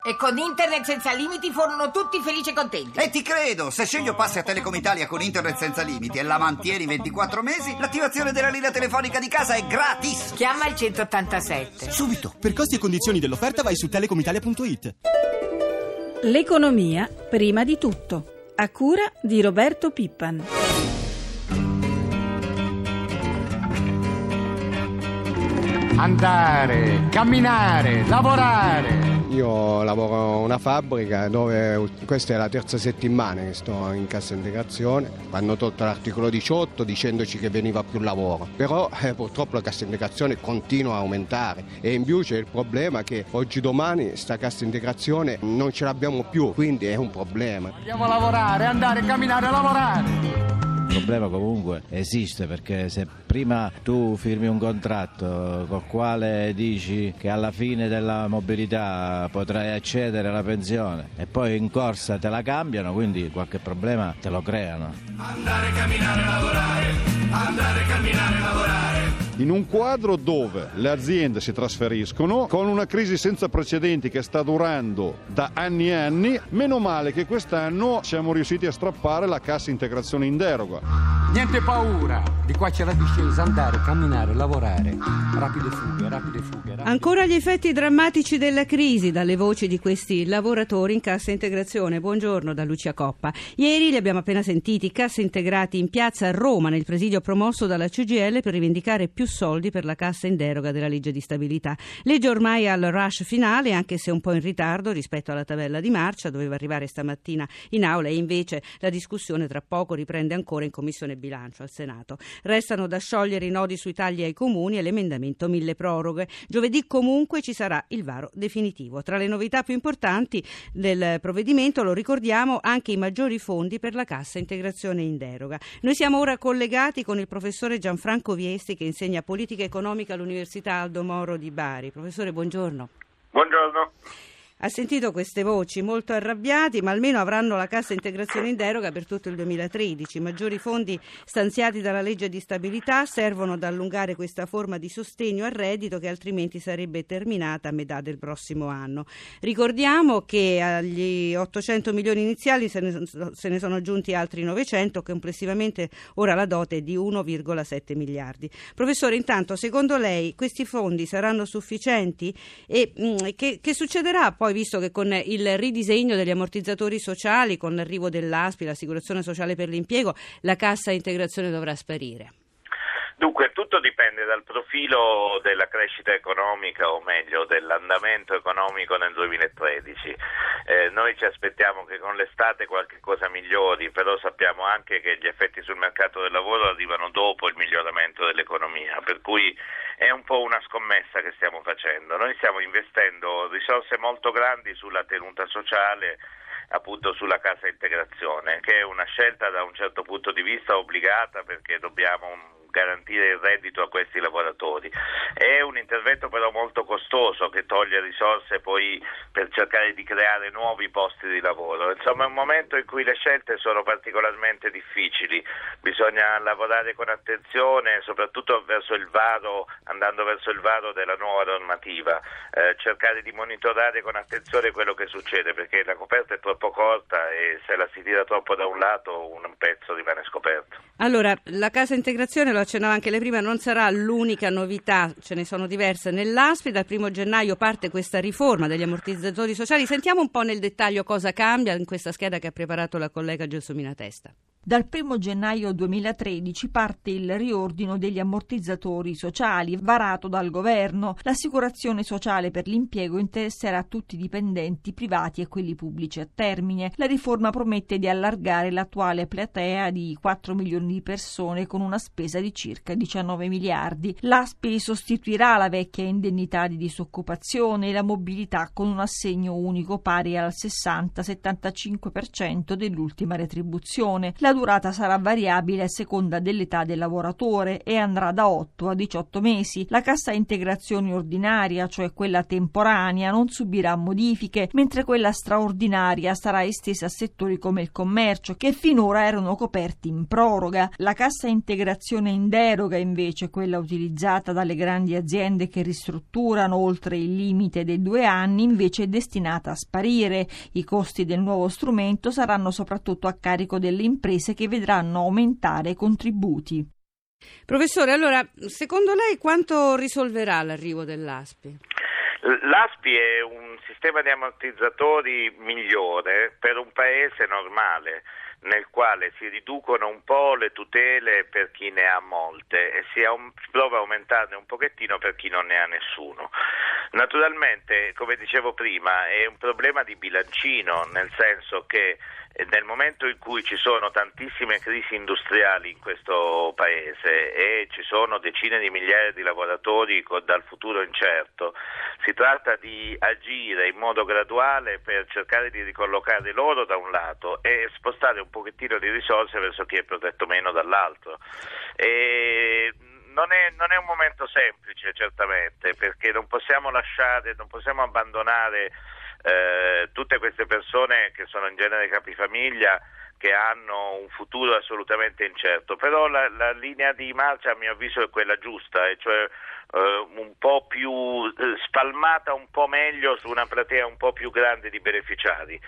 E con internet senza limiti furono tutti felici e contenti. E ti credo, se sceglio passi a Telecom Italia con internet senza limiti e la mantieni 24 mesi, l'attivazione della linea telefonica di casa è gratis. Chiama il 187. Subito, per costi e condizioni dell'offerta vai su telecomitalia.it. L'economia prima di tutto, a cura di Roberto Pippan. Andare, camminare, lavorare. Io lavoro in una fabbrica dove questa è la terza settimana che sto in cassa integrazione. Hanno tolto l'articolo 18 dicendoci che veniva più lavoro, però purtroppo la cassa integrazione continua a aumentare e in più c'è il problema che oggi domani sta cassa integrazione non ce l'abbiamo più, quindi è un problema. Andiamo a lavorare, andare, camminare, lavorare. Il problema comunque esiste, perché se prima tu firmi un contratto col quale dici che alla fine della mobilità potrai accedere alla pensione e poi in corsa te la cambiano, quindi qualche problema te lo creano. Andare, camminare, lavorare, andare, camminare, lavorare. In un quadro dove le aziende si trasferiscono, con una crisi senza precedenti che sta durando da anni e anni, meno male che quest'anno siamo riusciti a strappare la cassa integrazione in deroga. Niente paura, di qua c'è la discesa, andare, camminare, lavorare. Rapide fughe, rapide fughe. Ancora gli effetti drammatici della crisi, dalle voci di questi lavoratori in cassa integrazione. Buongiorno da Lucia Coppa. Ieri li abbiamo appena sentiti, cassa integrati in piazza a Roma nel presidio promosso dalla CGIL per rivendicare più soldi per la cassa in deroga della legge di stabilità. Legge ormai al rush finale, anche se un po' in ritardo rispetto alla tabella di marcia, doveva arrivare stamattina in aula e invece la discussione tra poco riprende ancora in Commissione Bilancio al Senato. Restano da sciogliere i nodi sui tagli ai comuni e l'emendamento mille proroghe. Giovedì comunque ci sarà il varo definitivo. Tra le novità più importanti del provvedimento, lo ricordiamo, anche i maggiori fondi per la cassa integrazione in deroga. Noi siamo ora collegati con il professore Gianfranco Viesti, che insegna politica economica all'Università Aldo Moro di Bari. Professore, buongiorno. Buongiorno. Ha sentito queste voci molto arrabbiati, ma almeno avranno la cassa integrazione in deroga per tutto il 2013. Maggiori fondi stanziati dalla legge di stabilità servono ad allungare questa forma di sostegno al reddito che altrimenti sarebbe terminata a metà del prossimo anno. Ricordiamo che agli 800 milioni iniziali se ne sono aggiunti altri 900, complessivamente ora la dote è di 1,7 miliardi. Professore, intanto, secondo lei questi fondi saranno sufficienti e che succederà poi, visto che con il ridisegno degli ammortizzatori sociali, con l'arrivo dell'ASPI, l'assicurazione sociale per l'impiego, la cassa integrazione dovrà sparire? Dunque, tutto dipende dal profilo della crescita economica, o meglio dell'andamento economico nel 2013. Noi ci aspettiamo che con l'estate qualche cosa migliori, però sappiamo anche che gli effetti sul mercato del lavoro arrivano dopo il miglioramento dell'economia, per cui è un po' una scommessa che stiamo facendo. Noi stiamo investendo risorse molto grandi sulla tenuta sociale, appunto sulla cassa integrazione, che è una scelta da un certo punto di vista obbligata, perché dobbiamo garantire il reddito a questi lavoratori. È un intervento però molto costoso, che toglie risorse poi per cercare di creare nuovi posti di lavoro. Insomma, è un momento in cui le scelte sono particolarmente difficili, bisogna lavorare con attenzione, soprattutto andando verso il varo della nuova normativa, cercare di monitorare con attenzione quello che succede, perché la coperta è troppo corta e se la si tira troppo da un lato un pezzo rimane scoperto. Allora, la cassa integrazione, lo accennava anche lei prima, non sarà l'unica novità, ce ne sono diverse nell'ASPI. Dal 1 gennaio parte questa riforma degli ammortizzatori sociali. Sentiamo un po' nel dettaglio cosa cambia in questa scheda che ha preparato la collega Gelsomina Testa. Dal 1 gennaio 2013 parte il riordino degli ammortizzatori sociali varato dal governo. L'assicurazione sociale per l'impiego interesserà tutti i dipendenti privati e quelli pubblici a termine. La riforma promette di allargare l'attuale platea di 4 milioni di persone con una spesa di circa 19 miliardi. L'ASPI sostituirà la vecchia indennità di disoccupazione e la mobilità con un assegno unico pari al 60-75% dell'ultima retribuzione. La durata sarà variabile a seconda dell'età del lavoratore e andrà da 8 a 18 mesi. La cassa integrazione ordinaria, cioè quella temporanea, non subirà modifiche, mentre quella straordinaria sarà estesa a settori come il commercio, che finora erano coperti in proroga. La cassa integrazione in deroga, invece, quella utilizzata dalle grandi aziende che ristrutturano oltre il limite dei 2 anni, invece è destinata a sparire. I costi del nuovo strumento saranno soprattutto a carico delle imprese, che vedranno aumentare i contributi. Professore, allora, secondo lei quanto risolverà l'arrivo dell'ASPI? L'ASPI è un sistema di ammortizzatori migliore per un paese normale, nel quale si riducono un po' le tutele per chi ne ha molte e si prova a aumentarne un pochettino per chi non ne ha nessuno. Naturalmente, come dicevo prima, è un problema di bilancino, nel senso che nel momento in cui ci sono tantissime crisi industriali in questo paese e ci sono decine di migliaia di lavoratori dal futuro incerto, si tratta di agire in modo graduale per cercare di ricollocare loro da un lato e spostare un pochettino di risorse verso chi è protetto meno dall'altro. E non è un momento semplice, certamente, perché non possiamo abbandonare tutte queste persone che sono in genere capifamiglia, che hanno un futuro assolutamente incerto, però la linea di marcia a mio avviso è quella giusta, e cioè un po' più spalmata, un po' meglio su una platea un po' più grande di beneficiari.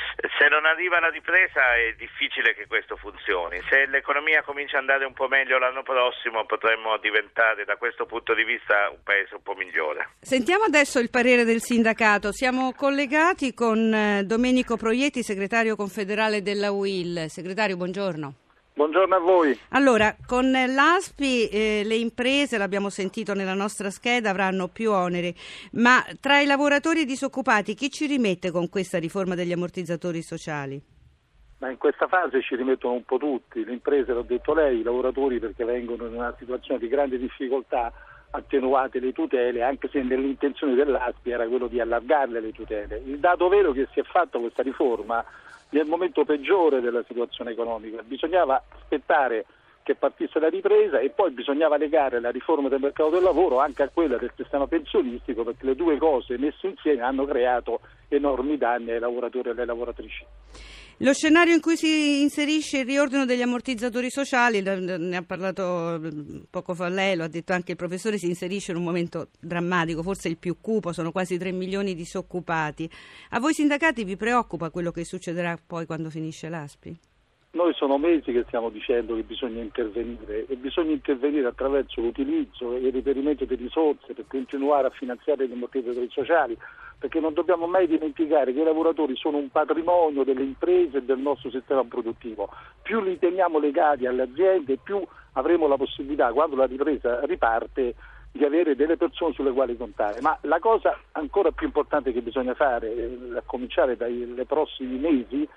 Se non arriva la ripresa è difficile che questo funzioni. Se l'economia comincia ad andare un po' meglio l'anno prossimo, potremmo diventare da questo punto di vista un paese un po' migliore. Sentiamo adesso il parere del sindacato. Siamo collegati con Domenico Proietti, segretario confederale della UIL. Segretario, buongiorno. Buongiorno a voi. Allora, con l'ASPI le imprese, l'abbiamo sentito nella nostra scheda, avranno più oneri, ma tra i lavoratori e i disoccupati chi ci rimette con questa riforma degli ammortizzatori sociali? Ma in questa fase ci rimettono un po' tutti, le imprese, l'ho detto lei, i lavoratori, perché vengono in una situazione di grande difficoltà, attenuate le tutele, anche se nell'intenzione dell'ASPI era quello di allargarle le tutele. Il dato vero che si è fatto questa riforma nel momento peggiore della situazione economica, bisognava aspettare che partisse la ripresa e poi bisognava legare la riforma del mercato del lavoro anche a quella del sistema pensionistico, perché le due cose messe insieme hanno creato enormi danni ai lavoratori e alle lavoratrici. Lo scenario in cui si inserisce il riordino degli ammortizzatori sociali, ne ha parlato poco fa lei, lo ha detto anche il professore, si inserisce in un momento drammatico, forse il più cupo, sono quasi 3 milioni di disoccupati. A voi sindacati vi preoccupa quello che succederà poi quando finisce l'ASPI? Noi sono mesi che stiamo dicendo che bisogna intervenire, e bisogna intervenire attraverso l'utilizzo e il reperimento di risorse per continuare a finanziare gli ammortizzatori sociali, perché non dobbiamo mai dimenticare che i lavoratori sono un patrimonio delle imprese e del nostro sistema produttivo. Più li teniamo legati alle aziende, più avremo la possibilità, quando la ripresa riparte, di avere delle persone sulle quali contare. Ma la cosa ancora più importante che bisogna fare, a cominciare dai prossimi mesi,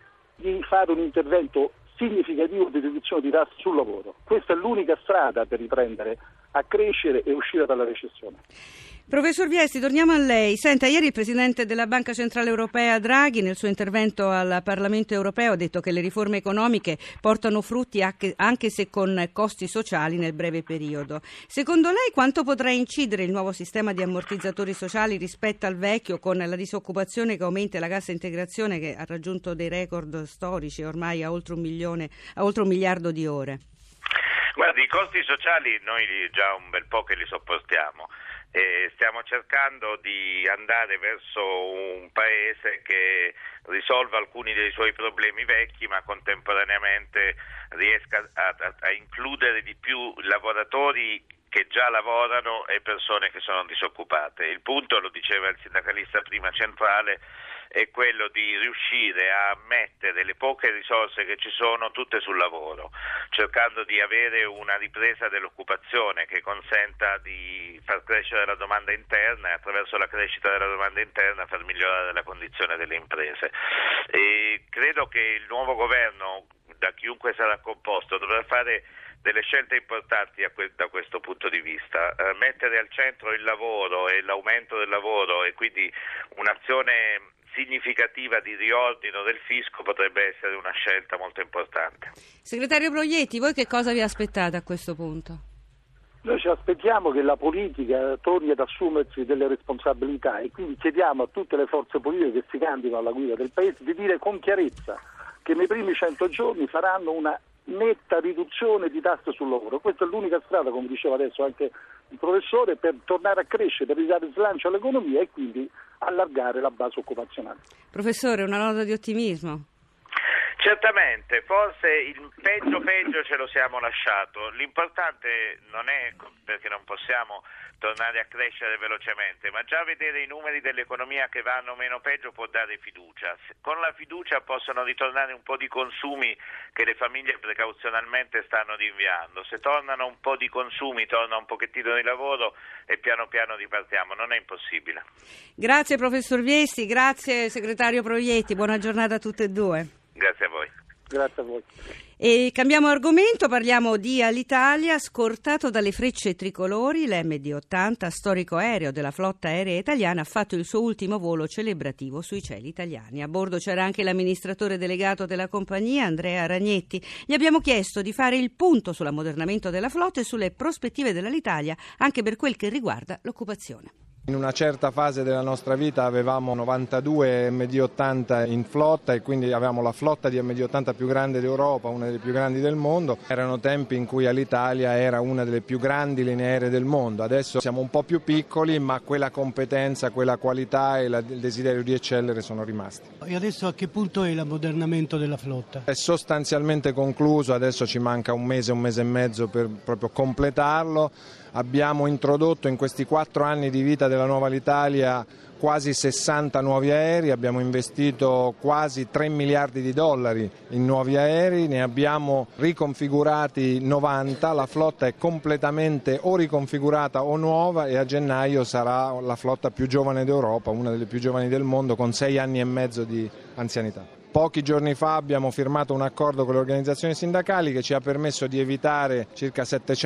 di fare un intervento significativo di riduzione di tassi sul lavoro. Questa è l'unica strada per riprendere a crescere e uscire dalla recessione. Professor Viesti, torniamo a lei. Senta, ieri il Presidente della Banca Centrale Europea Draghi, nel suo intervento al Parlamento Europeo, ha detto che le riforme economiche portano frutti anche se con costi sociali nel breve periodo. Secondo lei quanto potrà incidere il nuovo sistema di ammortizzatori sociali rispetto al vecchio, con la disoccupazione che aumenta e la cassa integrazione che ha raggiunto dei record storici ormai a oltre 1 miliardo di ore? Guardi, i costi sociali noi già un bel po' che li sopportiamo. Stiamo cercando di andare verso un paese che risolva alcuni dei suoi problemi vecchi, ma contemporaneamente riesca a includere di più lavoratori che già lavorano e persone che sono disoccupate. Il punto, lo diceva il sindacalista prima, centrale, è quello di riuscire a mettere le poche risorse che ci sono tutte sul lavoro, cercando di avere una ripresa dell'occupazione che consenta di far crescere la domanda interna e attraverso la crescita della domanda interna far migliorare la condizione delle imprese. E credo che il nuovo governo, da chiunque sarà composto, dovrà fare delle scelte importanti da questo punto di vista, mettere al centro il lavoro e l'aumento del lavoro, e quindi un'azione significativa significativa di riordino del fisco potrebbe essere una scelta molto importante. Segretario Proietti, voi che cosa vi aspettate a questo punto? Noi ci aspettiamo che la politica torni ad assumersi delle responsabilità e quindi chiediamo a tutte le forze politiche che si candidano alla guida del Paese di dire con chiarezza che nei primi 100 giorni faranno una netta riduzione di tasse sul lavoro. Questa è l'unica strada, come diceva adesso anche il professore, per tornare a crescere, per ridare slancio all'economia e quindi allargare la base occupazionale. Professore, una nota di ottimismo? Certamente, forse il peggio ce lo siamo lasciato. L'importante non è, perché non possiamo tornare a crescere velocemente, ma già vedere i numeri dell'economia che vanno meno peggio può dare fiducia. Con la fiducia possono ritornare un po' di consumi che le famiglie precauzionalmente stanno rinviando. Se tornano un po' di consumi, torna un pochettino di lavoro e piano piano ripartiamo. Non è impossibile. Grazie professor Viesti, grazie segretario Proietti, buona giornata a tutte e due. Grazie a voi. Grazie a voi. E cambiamo argomento, parliamo di Alitalia. Scortato dalle frecce tricolori, l'MD-80, storico aereo della flotta aerea italiana, ha fatto il suo ultimo volo celebrativo sui cieli italiani. A bordo c'era anche l'amministratore delegato della compagnia, Andrea Ragnetti. Gli abbiamo chiesto di fare il punto sull'ammodernamento della flotta e sulle prospettive dell'Alitalia, anche per quel che riguarda l'occupazione. In una certa fase della nostra vita avevamo 92 MD-80 in flotta e quindi avevamo la flotta di MD-80 più grande d'Europa, una delle più grandi del mondo. Erano tempi in cui Alitalia era una delle più grandi linee aeree del mondo. Adesso siamo un po' più piccoli, ma quella competenza, quella qualità e il desiderio di eccellere sono rimasti. E adesso a che punto è l'ammodernamento della flotta? È sostanzialmente concluso, adesso ci manca un mese e mezzo per proprio completarlo. Abbiamo introdotto in questi 4 anni di vita della nuova Alitalia quasi 60 nuovi aerei, abbiamo investito quasi 3 miliardi di dollari in nuovi aerei, ne abbiamo riconfigurati 90, la flotta è completamente o riconfigurata o nuova e a gennaio sarà la flotta più giovane d'Europa, una delle più giovani del mondo, con 6 anni e mezzo di anzianità. Pochi giorni fa abbiamo firmato un accordo con le organizzazioni sindacali che ci ha permesso di evitare circa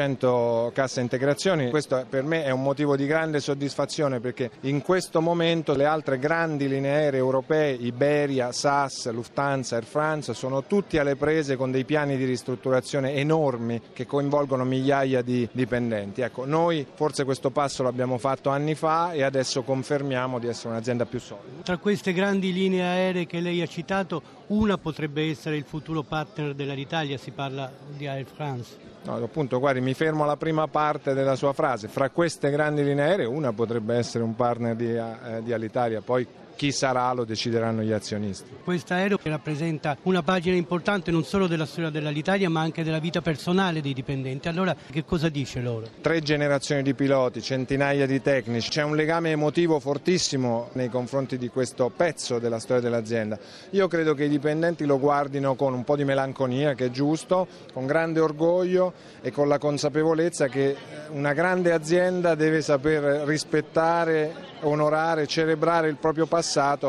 700 casse integrazioni. Questo per me è un motivo di grande soddisfazione perché in questo momento le altre grandi linee aeree europee, Iberia, SAS, Lufthansa, Air France, sono tutti alle prese con dei piani di ristrutturazione enormi che coinvolgono migliaia di dipendenti. Ecco, noi forse questo passo l'abbiamo fatto anni fa e adesso confermiamo di essere un'azienda più solida. Tra queste grandi linee aeree che lei ha citato, una potrebbe essere il futuro partner dell'Alitalia, si parla di Air France. No, appunto, guardi, mi fermo alla prima parte della sua frase. Fra queste grandi linee aeree una potrebbe essere un partner di Alitalia, poi chi sarà lo decideranno gli azionisti. Questo aereo rappresenta una pagina importante non solo della storia dell'Alitalia ma anche della vita personale dei dipendenti. Allora che cosa dice loro? 3 generazioni di piloti, centinaia di tecnici, c'è un legame emotivo fortissimo nei confronti di questo pezzo della storia dell'azienda. Io credo che i dipendenti lo guardino con un po' di melanconia, che è giusto, con grande orgoglio e con la consapevolezza che una grande azienda deve saper rispettare, onorare, celebrare il proprio passato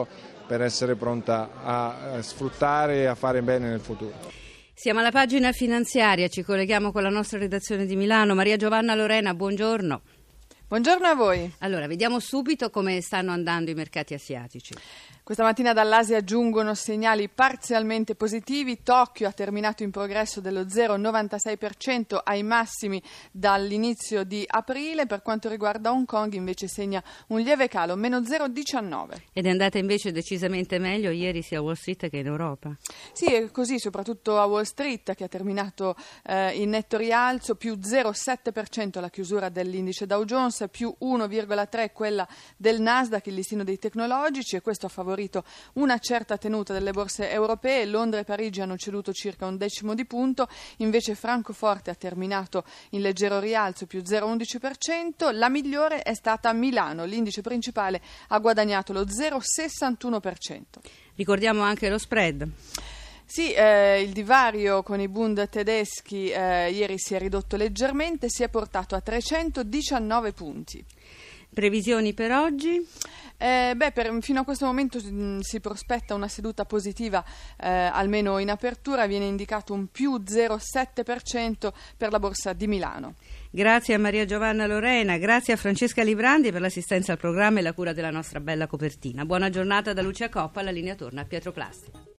per essere pronta a sfruttare e a fare bene nel futuro. Siamo alla pagina finanziaria, ci colleghiamo con la nostra redazione di Milano. Maria Giovanna Lorena, buongiorno. Buongiorno a voi. Allora, vediamo subito come stanno andando i mercati asiatici. Questa mattina dall'Asia giungono segnali parzialmente positivi. Tokyo ha terminato in progresso dello 0,96% ai massimi dall'inizio di aprile. Per quanto riguarda Hong Kong invece segna un lieve calo, meno 0,19. Ed è andata invece decisamente meglio ieri sia a Wall Street che in Europa. Sì, è così, soprattutto a Wall Street che ha terminato in netto rialzo, più 0,7% alla chiusura dell'indice Dow Jones, più 1,3% quella del Nasdaq, il listino dei tecnologici, e questo ha favorito una certa tenuta delle borse europee. Londra e Parigi hanno ceduto circa 1/10 di punto, invece Francoforte ha terminato in leggero rialzo, più 0,11%. La migliore è stata Milano, l'indice principale ha guadagnato lo 0,61%. Ricordiamo anche lo spread. Sì, il divario con i Bund tedeschi ieri si è ridotto leggermente, si è portato a 319 punti. Previsioni per oggi? Fino a questo momento si prospetta una seduta positiva, almeno in apertura. Viene indicato un più 0,7% per la borsa di Milano. Grazie a Maria Giovanna Lorena, grazie a Francesca Librandi per l'assistenza al programma e la cura della nostra bella copertina. Buona giornata da Lucia Coppa, la linea torna a Pietro Plasti.